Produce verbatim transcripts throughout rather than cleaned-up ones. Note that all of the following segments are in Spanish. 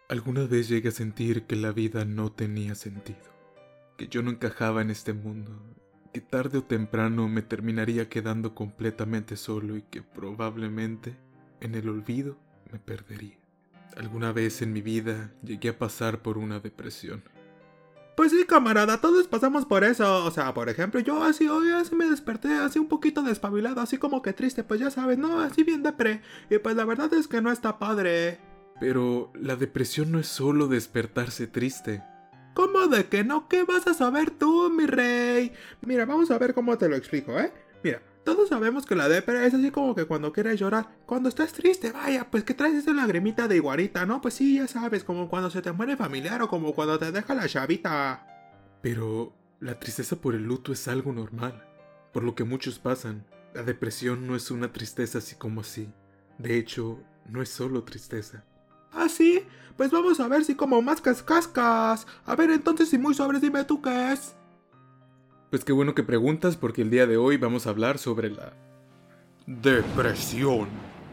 Alguna vez llegué a sentir que la vida no tenía sentido, que yo no encajaba en este mundo, que tarde o temprano me terminaría quedando completamente solo y que probablemente en el olvido me perdería. Alguna vez en mi vida llegué a pasar por una depresión. Pues sí, camarada, todos pasamos por eso. O sea, por ejemplo, yo así hoy así me desperté así un poquito despabilado, así como que triste, pues ya sabes, ¿no? Así bien depre. Y pues la verdad es que no está padre. Pero la depresión no es solo despertarse triste. ¿Cómo de que no? ¿Qué vas a saber tú, mi rey? Mira, vamos a ver cómo te lo explico, ¿eh? Mira, todos sabemos que la depre es así como que cuando quieres llorar, cuando estás triste, vaya, pues que traes esa lagrimita de iguarita, ¿no? Pues sí, ya sabes, como cuando se te muere familiar o como cuando te deja la chavita. Pero la tristeza por el luto es algo normal, por lo que muchos pasan. La depresión no es una tristeza así como así. De hecho, no es solo tristeza. ¿Ah, sí? Pues vamos a ver si como más cascascas. A ver, entonces, si muy sobres, dime tú qué es. Pues qué bueno que preguntas, porque el día de hoy vamos a hablar sobre la depresión.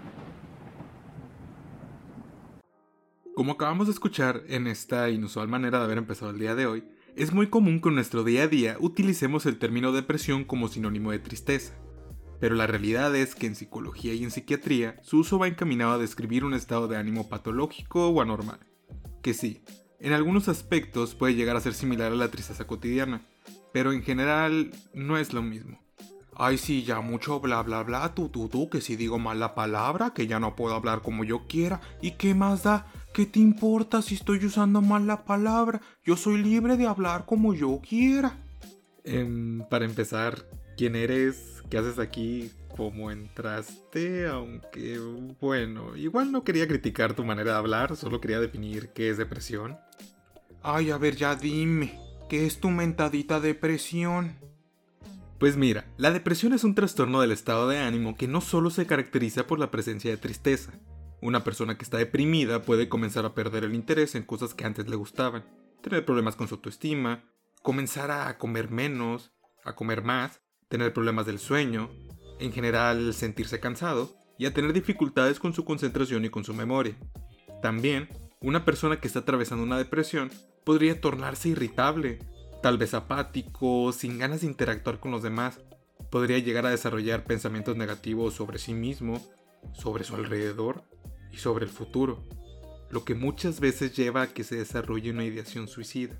Como acabamos de escuchar en esta inusual manera de haber empezado el día de hoy, es muy común que en nuestro día a día utilicemos el término depresión como sinónimo de tristeza. Pero la realidad es que en psicología y en psiquiatría su uso va encaminado a describir un estado de ánimo patológico o anormal, que sí, en algunos aspectos puede llegar a ser similar a la tristeza cotidiana, pero en general no es lo mismo. Ay, sí, ya mucho bla bla bla, tú tú tú, que si digo mal la palabra, que ya no puedo hablar como yo quiera, ¿y qué más da? ¿Qué te importa si estoy usando mal la palabra? Yo soy libre de hablar como yo quiera. Eh, para empezar, ¿quién eres? ¿Qué haces aquí? ¿Cómo entraste? Aunque, bueno, igual no quería criticar tu manera de hablar, solo quería definir qué es depresión. Ay, a ver, ya dime, ¿qué es tu mentadita depresión? Pues mira, la depresión es un trastorno del estado de ánimo que no solo se caracteriza por la presencia de tristeza. Una persona que está deprimida puede comenzar a perder el interés en cosas que antes le gustaban, tener problemas con su autoestima, comenzar a comer menos, a comer más, tener problemas del sueño, en general sentirse cansado y a tener dificultades con su concentración y con su memoria. También, una persona que está atravesando una depresión podría tornarse irritable, tal vez apático, sin ganas de interactuar con los demás. Podría llegar a desarrollar pensamientos negativos sobre sí mismo, sobre su alrededor y sobre el futuro, lo que muchas veces lleva a que se desarrolle una ideación suicida.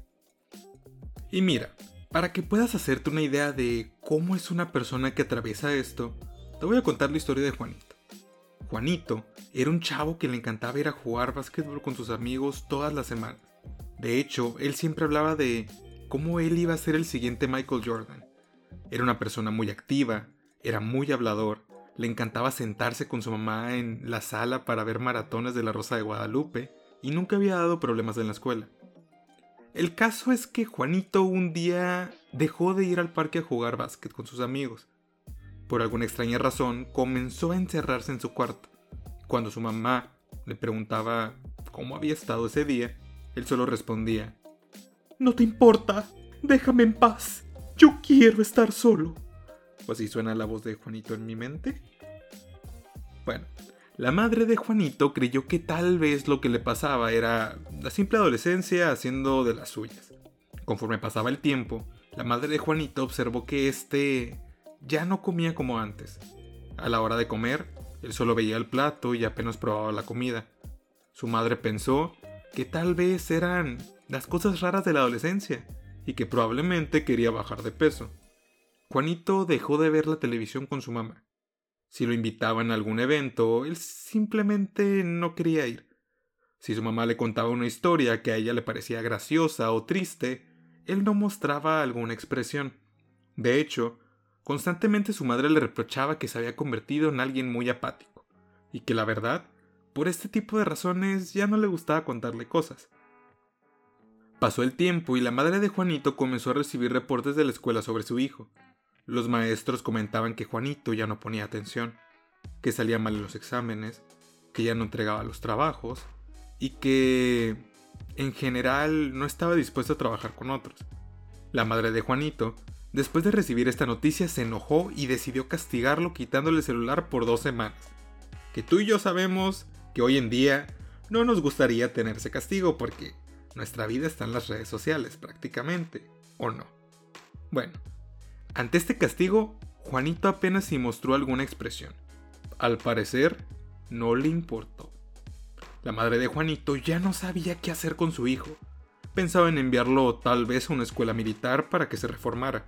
Y mira, para que puedas hacerte una idea de cómo es una persona que atraviesa esto, te voy a contar la historia de Juanito. Juanito era un chavo que le encantaba ir a jugar básquetbol con sus amigos todas las semanas. De hecho, él siempre hablaba de cómo él iba a ser el siguiente Michael Jordan. Era una persona muy activa, era muy hablador, le encantaba sentarse con su mamá en la sala para ver maratones de La Rosa de Guadalupe y nunca había dado problemas en la escuela. El caso es que Juanito un día dejó de ir al parque a jugar básquet con sus amigos. Por alguna extraña razón, comenzó a encerrarse en su cuarto. Cuando su mamá le preguntaba cómo había estado ese día, él solo respondía: No te importa, déjame en paz, yo quiero estar solo. Pues así suena la voz de Juanito en mi mente. Bueno, la madre de Juanito creyó que tal vez lo que le pasaba era la simple adolescencia haciendo de las suyas. Conforme pasaba el tiempo, la madre de Juanito observó que este ya no comía como antes. A la hora de comer, él solo veía el plato y apenas probaba la comida. Su madre pensó que tal vez eran las cosas raras de la adolescencia y que probablemente quería bajar de peso. Juanito dejó de ver la televisión con su mamá. Si lo invitaban a algún evento, él simplemente no quería ir. Si su mamá le contaba una historia que a ella le parecía graciosa o triste, él no mostraba alguna expresión. De hecho, constantemente su madre le reprochaba que se había convertido en alguien muy apático, y que la verdad, por este tipo de razones ya no le gustaba contarle cosas. Pasó el tiempo y la madre de Juanito comenzó a recibir reportes de la escuela sobre su hijo. Los maestros comentaban que Juanito ya no ponía atención, que salía mal en los exámenes, que ya no entregaba los trabajos y que, en general, no estaba dispuesto a trabajar con otros. La madre de Juanito, después de recibir esta noticia, se enojó y decidió castigarlo quitándole el celular por dos semanas. Que tú y yo sabemos que hoy en día no nos gustaría tener ese castigo porque nuestra vida está en las redes sociales prácticamente, ¿o no? Bueno, ante este castigo, Juanito apenas si mostró alguna expresión. Al parecer, no le importó. La madre de Juanito ya no sabía qué hacer con su hijo. Pensaba en enviarlo tal vez a una escuela militar para que se reformara.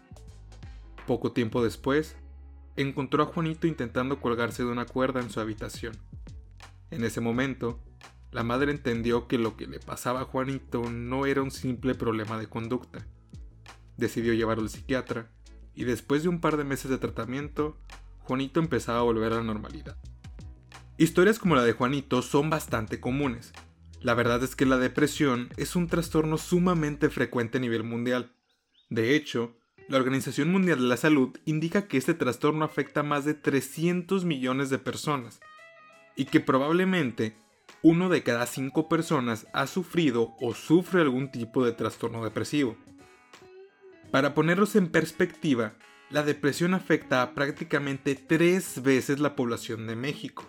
Poco tiempo después, encontró a Juanito intentando colgarse de una cuerda en su habitación. En ese momento, la madre entendió que lo que le pasaba a Juanito no era un simple problema de conducta. Decidió llevarlo al psiquiatra, y después de un par de meses de tratamiento, Juanito empezaba a volver a la normalidad. Historias como la de Juanito son bastante comunes. La verdad es que la depresión es un trastorno sumamente frecuente a nivel mundial. De hecho, la Organización Mundial de la Salud indica que este trastorno afecta a más de trescientos millones de personas, y que probablemente uno de cada cinco personas ha sufrido o sufre algún tipo de trastorno depresivo. Para ponerlos en perspectiva, la depresión afecta a prácticamente tres veces la población de México.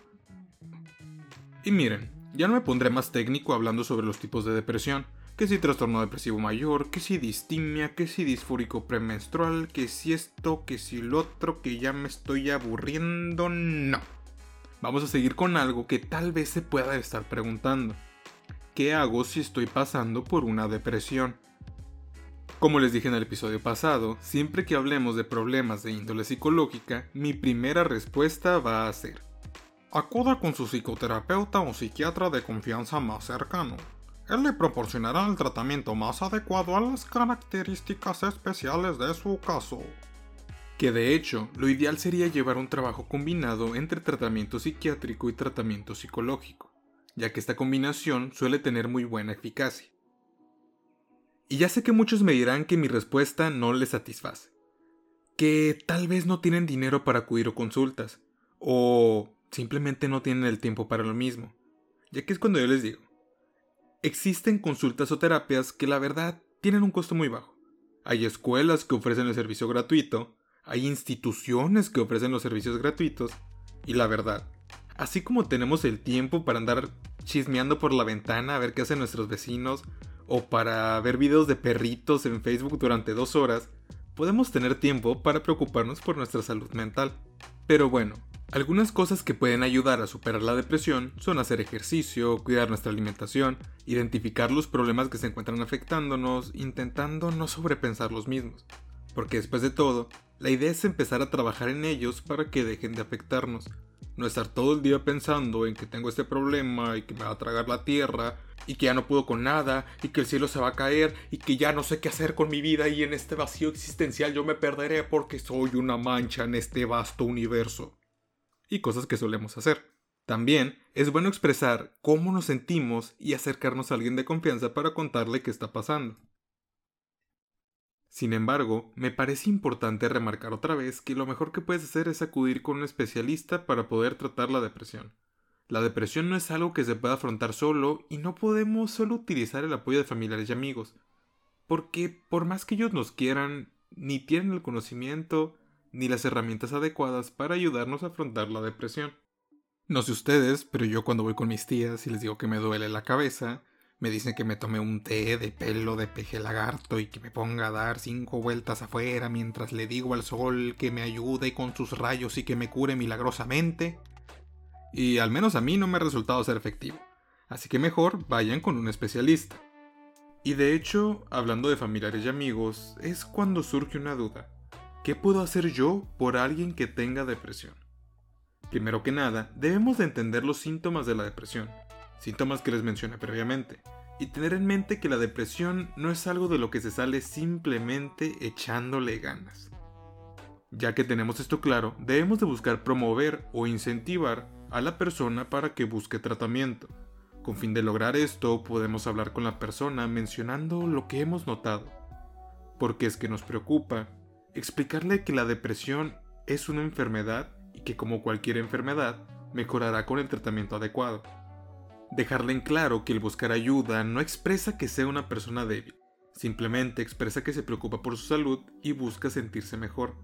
Y miren, ya no me pondré más técnico hablando sobre los tipos de depresión, que si trastorno depresivo mayor, que si distimia, que si disfórico premenstrual, que si esto, que si lo otro, que ya me estoy aburriendo, no. Vamos a seguir con algo que tal vez se pueda estar preguntando. ¿Qué hago si estoy pasando por una depresión? Como les dije en el episodio pasado, siempre que hablemos de problemas de índole psicológica, mi primera respuesta va a ser: acuda con su psicoterapeuta o psiquiatra de confianza más cercano. Él le proporcionará el tratamiento más adecuado a las características especiales de su caso. Que de hecho, lo ideal sería llevar un trabajo combinado entre tratamiento psiquiátrico y tratamiento psicológico, ya que esta combinación suele tener muy buena eficacia. Y ya sé que muchos me dirán que mi respuesta no les satisface, que tal vez no tienen dinero para acudir a consultas, o simplemente no tienen el tiempo para lo mismo, ya que es cuando yo les digo, existen consultas o terapias que la verdad tienen un costo muy bajo. Hay escuelas que ofrecen el servicio gratuito, hay instituciones que ofrecen los servicios gratuitos, y la verdad, así como tenemos el tiempo para andar chismeando por la ventana a ver qué hacen nuestros vecinos, o para ver videos de perritos en Facebook durante dos horas, podemos tener tiempo para preocuparnos por nuestra salud mental. Pero bueno, algunas cosas que pueden ayudar a superar la depresión son hacer ejercicio, cuidar nuestra alimentación, identificar los problemas que se encuentran afectándonos, intentando no sobrepensar los mismos. Porque después de todo, la idea es empezar a trabajar en ellos para que dejen de afectarnos. No estar todo el día pensando en que tengo este problema y que me va a tragar la tierra y que ya no puedo con nada y que el cielo se va a caer y que ya no sé qué hacer con mi vida y en este vacío existencial yo me perderé porque soy una mancha en este vasto universo. Y cosas que solemos hacer. También es bueno expresar cómo nos sentimos y acercarnos a alguien de confianza para contarle qué está pasando. Sin embargo, me parece importante remarcar otra vez que lo mejor que puedes hacer es acudir con un especialista para poder tratar la depresión. La depresión no es algo que se pueda afrontar solo y no podemos solo utilizar el apoyo de familiares y amigos, porque por más que ellos nos quieran, ni tienen el conocimiento ni las herramientas adecuadas para ayudarnos a afrontar la depresión. No sé ustedes, pero yo cuando voy con mis tías y les digo que me duele la cabeza, me dicen que me tome un té de pelo de peje lagarto y que me ponga a dar cinco vueltas afuera mientras le digo al sol que me ayude con sus rayos y que me cure milagrosamente. Y al menos a mí no me ha resultado ser efectivo, así que mejor vayan con un especialista. Y de hecho, hablando de familiares y amigos, es cuando surge una duda. ¿Qué puedo hacer yo por alguien que tenga depresión? Primero que nada, debemos de entender los síntomas de la depresión, síntomas que les mencioné previamente, y tener en mente que la depresión no es algo de lo que se sale simplemente echándole ganas. Ya que tenemos esto claro, debemos de buscar promover o incentivar a la persona para que busque tratamiento. Con fin de lograr esto, podemos hablar con la persona mencionando lo que hemos notado, por qué es que nos preocupa, explicarle que la depresión es una enfermedad y que como cualquier enfermedad, mejorará con el tratamiento adecuado. Dejarle en claro que el buscar ayuda no expresa que sea una persona débil, simplemente expresa que se preocupa por su salud y busca sentirse mejor.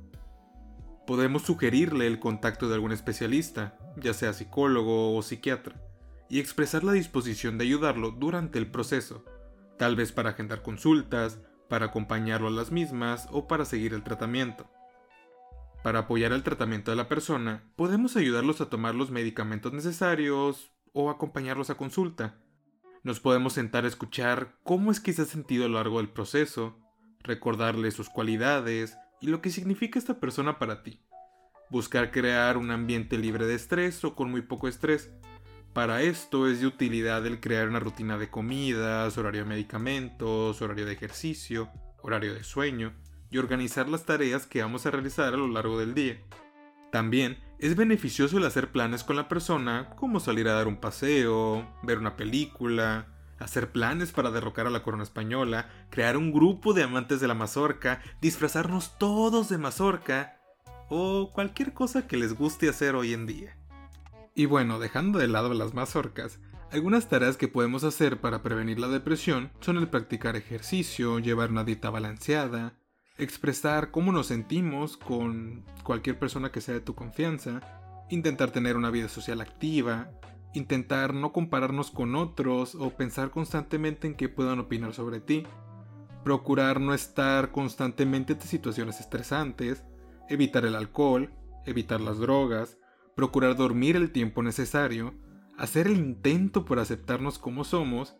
Podemos sugerirle el contacto de algún especialista, ya sea psicólogo o psiquiatra, y expresar la disposición de ayudarlo durante el proceso, tal vez para agendar consultas, para acompañarlo a las mismas o para seguir el tratamiento. Para apoyar el tratamiento de la persona, podemos ayudarlos a tomar los medicamentos necesarios o acompañarlos a consulta. Nos podemos sentar a escuchar cómo es que se ha sentido a lo largo del proceso, recordarle sus cualidades y lo que significa esta persona para ti. Buscar crear un ambiente libre de estrés o con muy poco estrés. Para esto es de utilidad el crear una rutina de comidas, horario de medicamentos, horario de ejercicio, horario de sueño y organizar las tareas que vamos a realizar a lo largo del día. También es beneficioso el hacer planes con la persona, como salir a dar un paseo, ver una película, hacer planes para derrocar a la corona española, crear un grupo de amantes de la mazorca, disfrazarnos todos de mazorca o cualquier cosa que les guste hacer hoy en día. Y bueno, dejando de lado las mazorcas, algunas tareas que podemos hacer para prevenir la depresión son el practicar ejercicio, llevar una dieta balanceada, expresar cómo nos sentimos con cualquier persona que sea de tu confianza, intentar tener una vida social activa, intentar no compararnos con otros o pensar constantemente en qué puedan opinar sobre ti, procurar no estar constantemente en situaciones estresantes, evitar el alcohol, evitar las drogas, procurar dormir el tiempo necesario, hacer el intento por aceptarnos como somos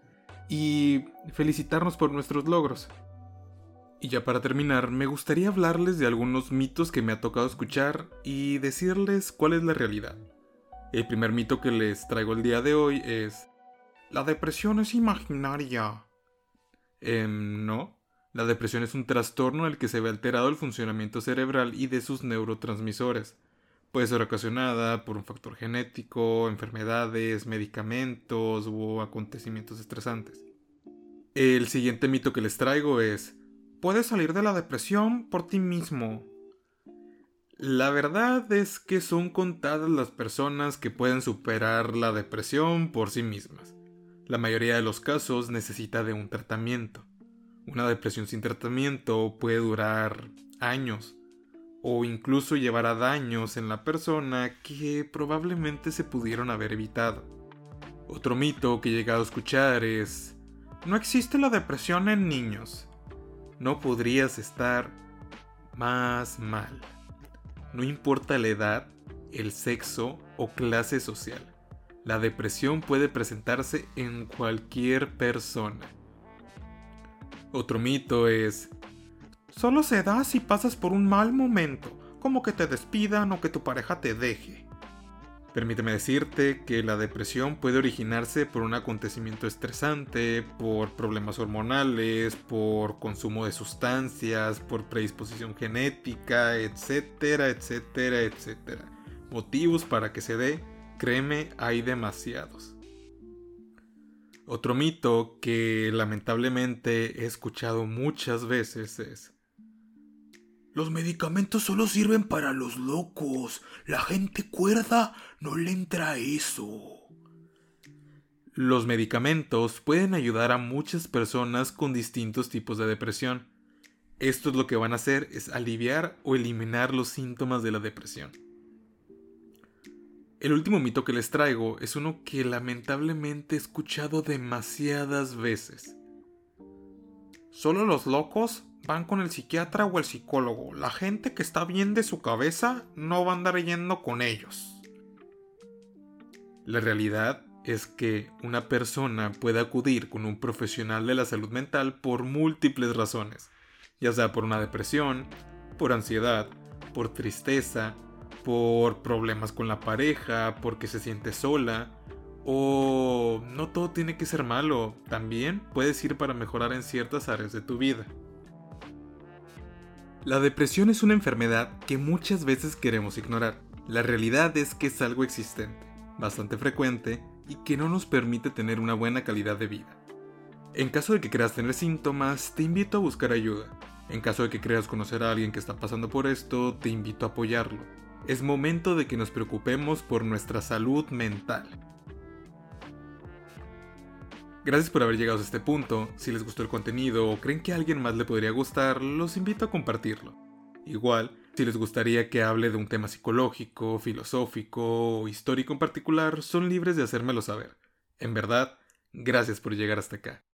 y felicitarnos por nuestros logros. Y ya para terminar, me gustaría hablarles de algunos mitos que me ha tocado escuchar y decirles cuál es la realidad. El primer mito que les traigo el día de hoy es: la depresión es imaginaria. Eh, no, la depresión es un trastorno en el que se ve alterado el funcionamiento cerebral y de sus neurotransmisores. Puede ser ocasionada por un factor genético, enfermedades, medicamentos o acontecimientos estresantes. El siguiente mito que les traigo es: puedes salir de la depresión por ti mismo. La verdad es que son contadas las personas que pueden superar la depresión por sí mismas. La mayoría de los casos necesita de un tratamiento. Una depresión sin tratamiento puede durar años, o incluso llevar a daños en la persona que probablemente se pudieron haber evitado. Otro mito que he llegado a escuchar es: no existe la depresión en niños. No podrías estar más mal. No importa la edad, el sexo o clase social. La depresión puede presentarse en cualquier persona. Otro mito es: solo se da si pasas por un mal momento, como que te despidan o que tu pareja te deje. Permíteme decirte que la depresión puede originarse por un acontecimiento estresante, por problemas hormonales, por consumo de sustancias, por predisposición genética, etcétera, etcétera, etcétera. Motivos para que se dé, créeme, hay demasiados. Otro mito que lamentablemente he escuchado muchas veces es: los medicamentos solo sirven para los locos. La gente cuerda no le entra eso. Los medicamentos pueden ayudar a muchas personas con distintos tipos de depresión. Esto es lo que van a hacer, es aliviar o eliminar los síntomas de la depresión. El último mito que les traigo es uno que lamentablemente he escuchado demasiadas veces. Solo los locos van con el psiquiatra o el psicólogo. La gente que está bien de su cabeza no va a andar yendo con ellos. La realidad es que una persona puede acudir con un profesional de la salud mental por múltiples razones, ya sea por una depresión, por ansiedad, por tristeza, por problemas con la pareja, porque se siente sola, o no todo tiene que ser malo, también puedes ir para mejorar en ciertas áreas de tu vida. La depresión es una enfermedad que muchas veces queremos ignorar. La realidad es que es algo existente, bastante frecuente y que no nos permite tener una buena calidad de vida. En caso de que creas tener síntomas, te invito a buscar ayuda. En caso de que creas conocer a alguien que está pasando por esto, te invito a apoyarlo. Es momento de que nos preocupemos por nuestra salud mental. Gracias por haber llegado a este punto. Si les gustó el contenido o creen que a alguien más le podría gustar, los invito a compartirlo. Igual, si les gustaría que hable de un tema psicológico, filosófico o histórico en particular, son libres de hacérmelo saber. En verdad, gracias por llegar hasta acá.